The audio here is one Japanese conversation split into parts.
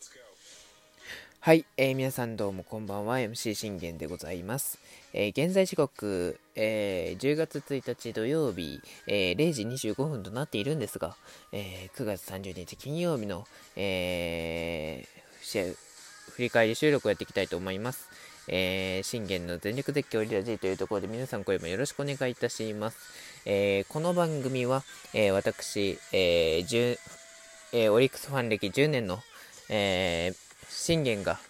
はい、皆さんどうもこんばんは。 MC 信玄でございます。現在時刻、10月1日土曜日、0時25分となっているんですが、9月30日金曜日の、試合振り返り収録をやっていきたいと思います。信玄の全力絶叫リラジーというところで皆さん声もよろしくお願いいたします。この番組は、私、オリックスファン歴10年の、信玄が、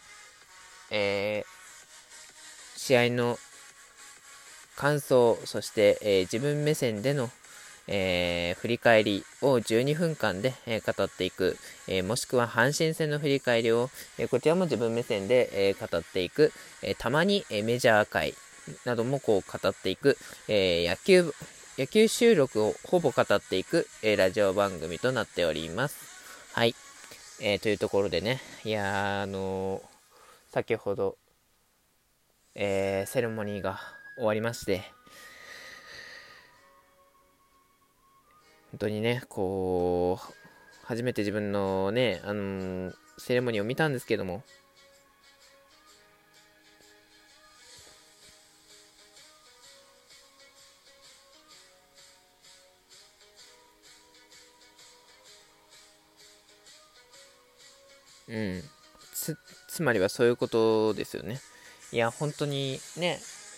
試合の感想、そして、自分目線での、振り返りを12分間で、語っていく、もしくは阪神戦の振り返りを、こちらも自分目線で、語っていく、たまに、メジャー界などもこう語っていく、野球収録をほぼ語っていく、ラジオ番組となっております。はい。というところでね、いや先ほど、セレモニーが終わりまして、本当にね、こう、初めて自分のね、セレモニーを見たんですけども、つまりはそういうことですよね。いや、本当にね、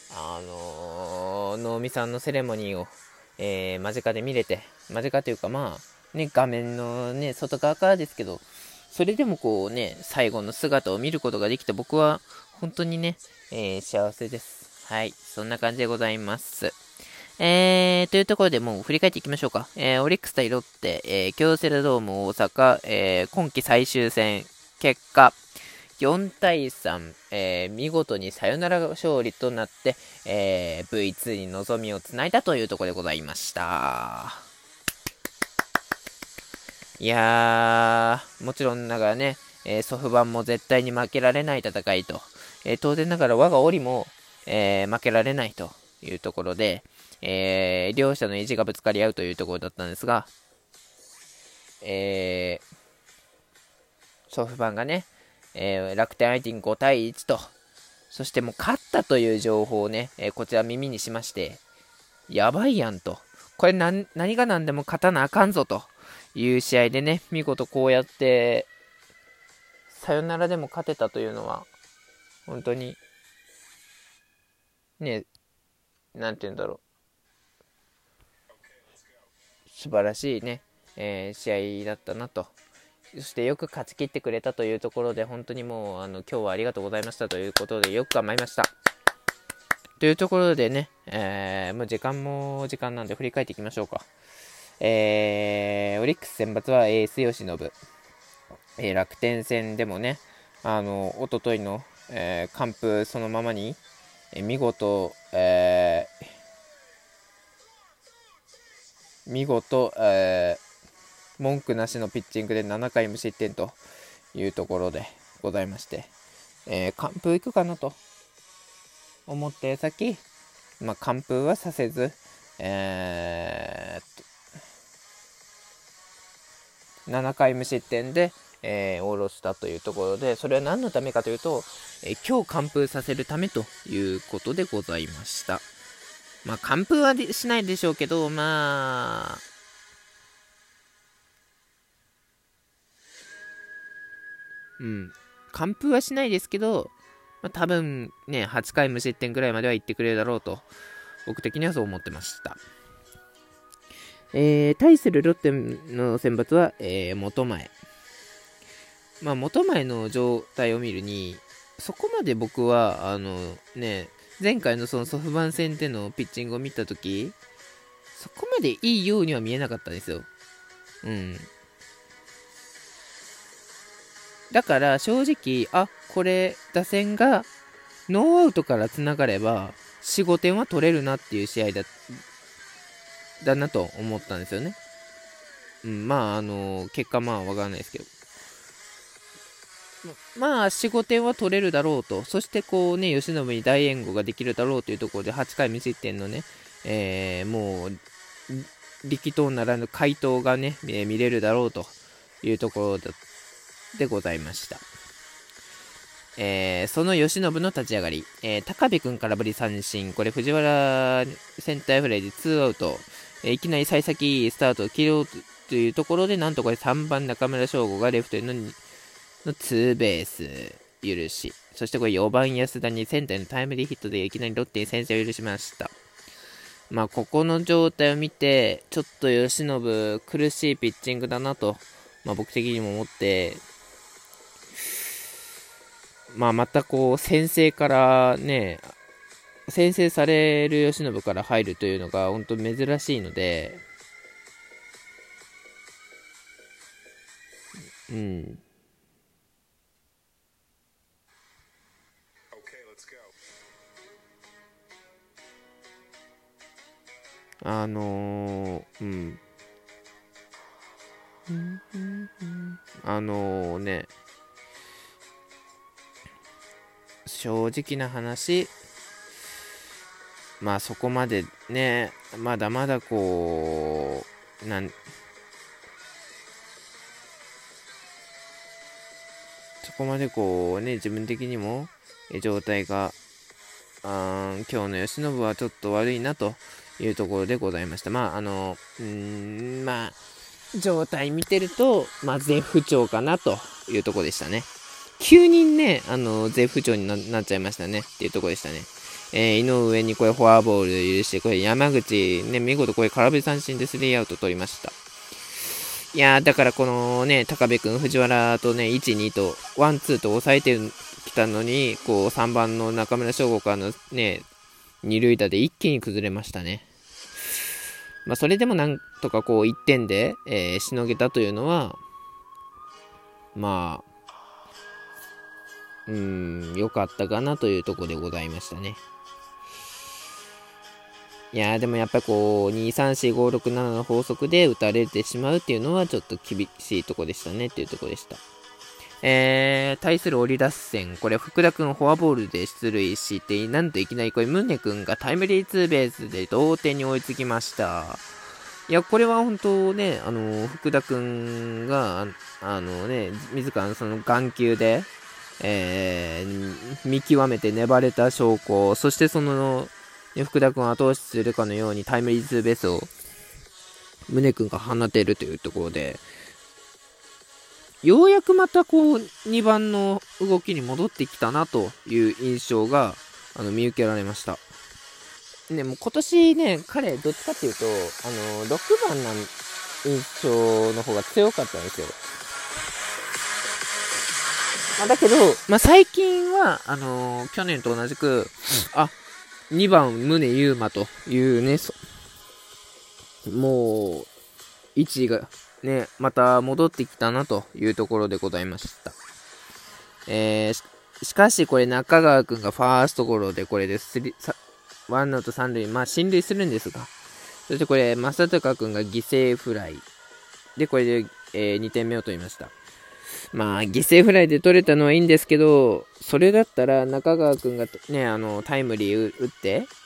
能見さんのセレモニーを、間近で見れて、間近というか画面のね、外側からですけど、それでもこうね、最後の姿を見ることができて、僕は本当にね、幸せです。はい、そんな感じでございます。というところでもう振り返っていきましょうか。オリックス対ロッテ、京セラドーム大阪、今季最終戦、結果、4対3、見事にサヨナラ勝利となって、V2 に望みをつないだというところでございました。いやー、もちろんながらね、ソフバンも絶対に負けられない戦いと、当然ながら我が檻も、負けられないというところで、両者の意地がぶつかり合うというところだったんですが、ソフバンがね、楽天相手に5対1と、そしてもう勝ったという情報をね、こちら耳にしまして、やばいやんと、これ何が何でも勝たなあかんぞという試合でね、見事こうやってサヨナラでも勝てたというのは、本当にね、なんて言うんだろう、素晴らしいね、試合だったなと。そしてよく勝ち切ってくれたというところで、本当にもう今日はありがとうございましたということで、よく頑張りましたというところでね、もう時間なんで振り返っていきましょうか。オリックス先発はエース吉信、楽天戦でもね、おとといの、完封そのままに、見事、文句なしのピッチングで7回無失点というところでございまして、完封いくかなと思って先、完封はさせず、7回無失点で、下ろしたというところで、それは何のためかというと、今日完封させるためということでございました。完封はしないでしょうけど、完封はしないですけど、多分ね、8回無失点ぐらいまでは行ってくれるだろうと、僕的にはそう思ってました。対するロッテの選抜は、元前。元前の状態を見るに、そこまで僕は、前回のそのソフバン戦でのピッチングを見たとき、そこまでいいようには見えなかったんですよ。だから正直、これ打線がノーアウトからつながれば4、5点は取れるなっていう試合だなと思ったんですよね。結果わからないですけど。4、5点は取れるだろうと。そしてこうね、吉信に大援護ができるだろうというところで8回無失点のね、もう、力投ならぬ回答がね、見れるだろうというところでございました。その由伸の立ち上がり、高部君からぶり三振、これ藤原センターフライでツーアウト、いきなり幸先スタートを切ろうというところで、なんとこれ3番中村奨吾がレフトへのツーベース許し、そしてこれ4番安田にセンターのタイムリーヒットでいきなりロッテに先制を許しました。ここの状態を見て、ちょっと由伸苦しいピッチングだなと、僕的にも思って、また先制からね、先制される由伸から入るというのが本当珍しいので、正直な話、そこまでね、まだまだそこまで自分的にも状態が今日の由伸はちょっと悪いなというところでございました。状態見てると、絶不調かなというところでしたね。急にね、絶不調に なっちゃいましたねっていうところでしたね。井上にこれフォアボール許して、これ山口ね、見事これ空振り三振で3アウト取りました。いやー、だからこのね、高部君、藤原とね、1、2と、1、2と抑えてきたのに、3番の中村奨吾からのね、二塁打で一気に崩れましたね。それでもなんとか1点で、しのげたというのは、良かったかなというところでございましたね。いやー、でもやっぱり2、3、4、5、6、7の法則で打たれてしまうっていうのはちょっと厳しいところでしたねっていうところでした。対するオリラッセン、これ福田君フォアボールで出塁して、なんといきなりこれ宗君がタイムリーツーベースで同点に追いつきました。いや、これは本当ね、福田君が、自らのその眼球で、見極めて粘れた証拠、そしてその、福田君を後押しするかのようにタイムリーツーベースを宗君が放てるというところで、ようやくまた2番の動きに戻ってきたなという印象が見受けられました。もう今年ね、彼どっちかっていうと6番の印象の方が強かったんですよ。だけど、最近は去年と同じく2番宗佑馬というね、もう位置がね、また戻ってきたなというところでございました。しかしこれ中川くんがファーストゴロでこれでワンアウト三塁、進塁するんですが、そしてこれ正隆くんが犠牲フライでこれで、2点目を取りました。犠牲フライで取れたのはいいんですけど、それだったら中川くんがね、タイムリー打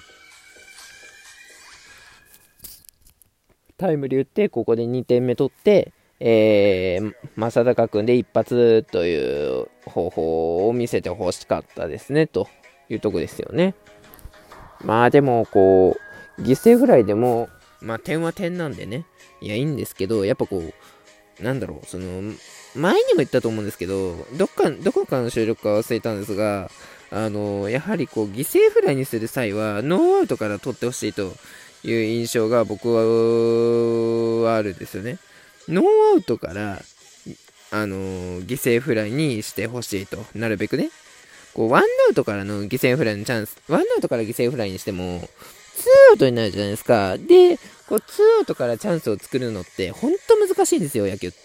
ってここで2点目取って、正隆くんで一発という方法を見せてほしかったですねというとこですよね。でも犠牲フライでも点は点なんでね、いやいいんですけど、やっぱその前にも言ったと思うんですけど、どこかの収録か忘れたんですが、やはり犠牲フライにする際はノーアウトから取ってほしいという印象が僕はあるんですよね。ノーアウトから犠牲フライにしてほしいと、なるべくね。ワンアウトからの犠牲フライのチャンス、ワンアウトから犠牲フライにしてもツーアウトになるじゃないですか。で、ツーアウトからチャンスを作るのって本当難しいんですよ、野球って。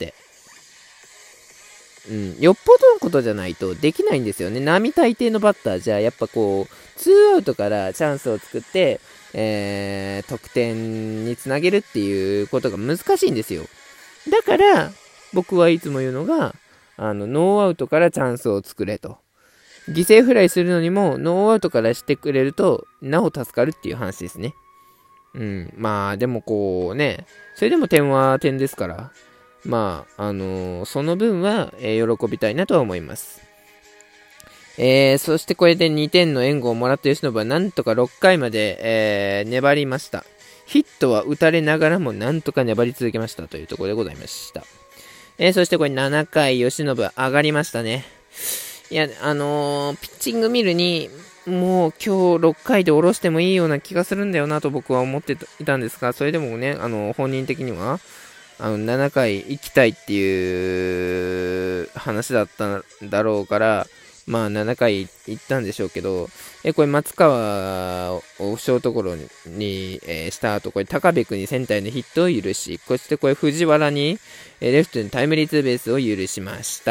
よっぽどのことじゃないとできないんですよね。並大抵のバッターじゃやっぱツーアウトからチャンスを作って、得点につなげるっていうことが難しいんですよ。だから僕はいつも言うのがノーアウトからチャンスを作れと。犠牲フライするのにもノーアウトからしてくれるとなお助かるっていう話ですね。でもそれでも点は点ですから、 まあ、その分は、喜びたいなとは思います。そしてこれで2点の援護をもらった由伸はなんとか6回まで、粘りました。ヒットは打たれながらもなんとか粘り続けましたというところでございました。そしてこれ7回由伸上がりましたね。いや、ピッチング見るに、もう今日6回で下ろしてもいいような気がするんだよなと僕は思っていたんですが、それでもね、本人的には、7回行きたいっていう話だったんだろうから、まあ7回行ったんでしょうけど、これ松川をショートゴロに、した後、これ高部君にセンターへのヒットを許し、そしてこれ藤原に、レフトにタイムリーツーベースを許しました。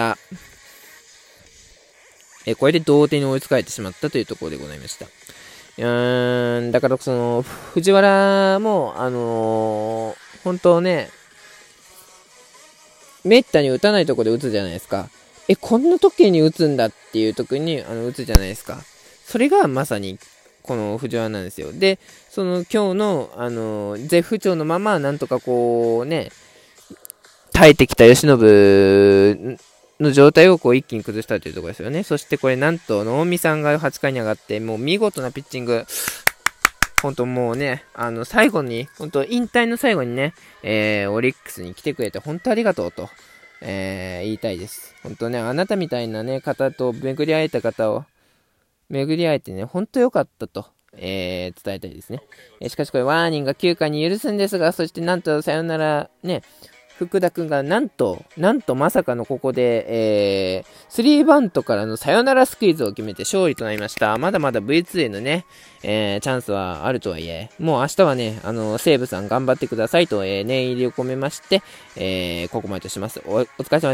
これで同点に追いつかれてしまったというところでございました。だからその藤原も本当ね、めったに打たないところで打つじゃないですか。こんな時に打つんだっていう時に打つじゃないですか。それがまさにこの藤原なんですよ。で、その今日の絶不調のままなんとかこうね、耐えてきた由伸の状態をこう一気に崩したというところですよね。そしてこれなんと能見さんが8回に上がってもう見事なピッチング。本当もうね、最後に、本当引退の最後にね、オリックスに来てくれて本当ありがとうと、言いたいです。本当ね、あなたみたいなね、方と巡り会えた方を、巡り会えてね、本当良かったと、伝えたいですね。しかしこれワーニングが9回に許すんですが、そしてなんとさよならね、福田くんがなんとまさかのここで、3バントからのサヨナラスクイズを決めて勝利となりました。まだまだ V2 へのね、チャンスはあるとはいえ、もう明日はね、西武さん頑張ってくださいと、念入りを込めまして、ここまでとします。お疲れ様でした。